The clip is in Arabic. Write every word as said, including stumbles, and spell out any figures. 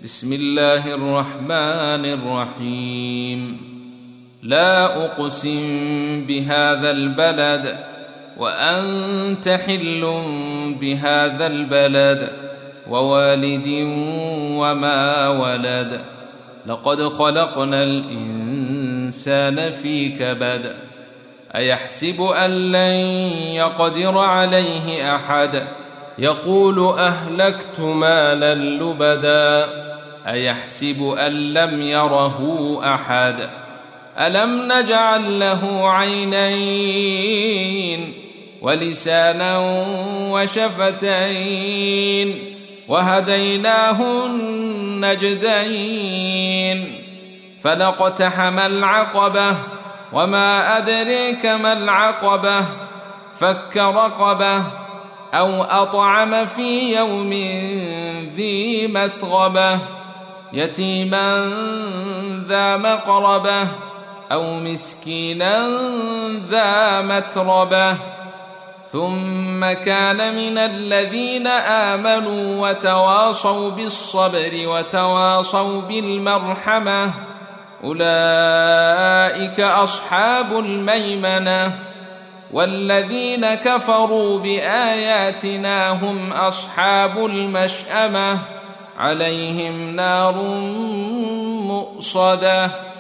بسم الله الرحمن الرحيم. لا أقسم بهذا البلد وأنت حل بهذا البلد ووالد وما ولد. لقد خلقنا الإنسان في كبد. أيحسب أن لن يقدر عليه أحد يقول أهلكت مالا لبدا. أيحسب أن لم يره أحد ألم نجعل له عينين ولسانا وشفتين وهديناه النجدين. فلاقتحم العقبة وما أدريك ما العقبة. فك رقبة أو أطعم في يوم ذي مسغبة يتيما ذا مقربة أو مسكينا ذا متربة. ثم كان من الذين آمنوا وتواصوا بالصبر وتواصوا بالمرحمة أولئك أصحاب الميمنة. والذين كفروا بآياتنا هم أصحاب المشأمة عليهم نار مؤصدة.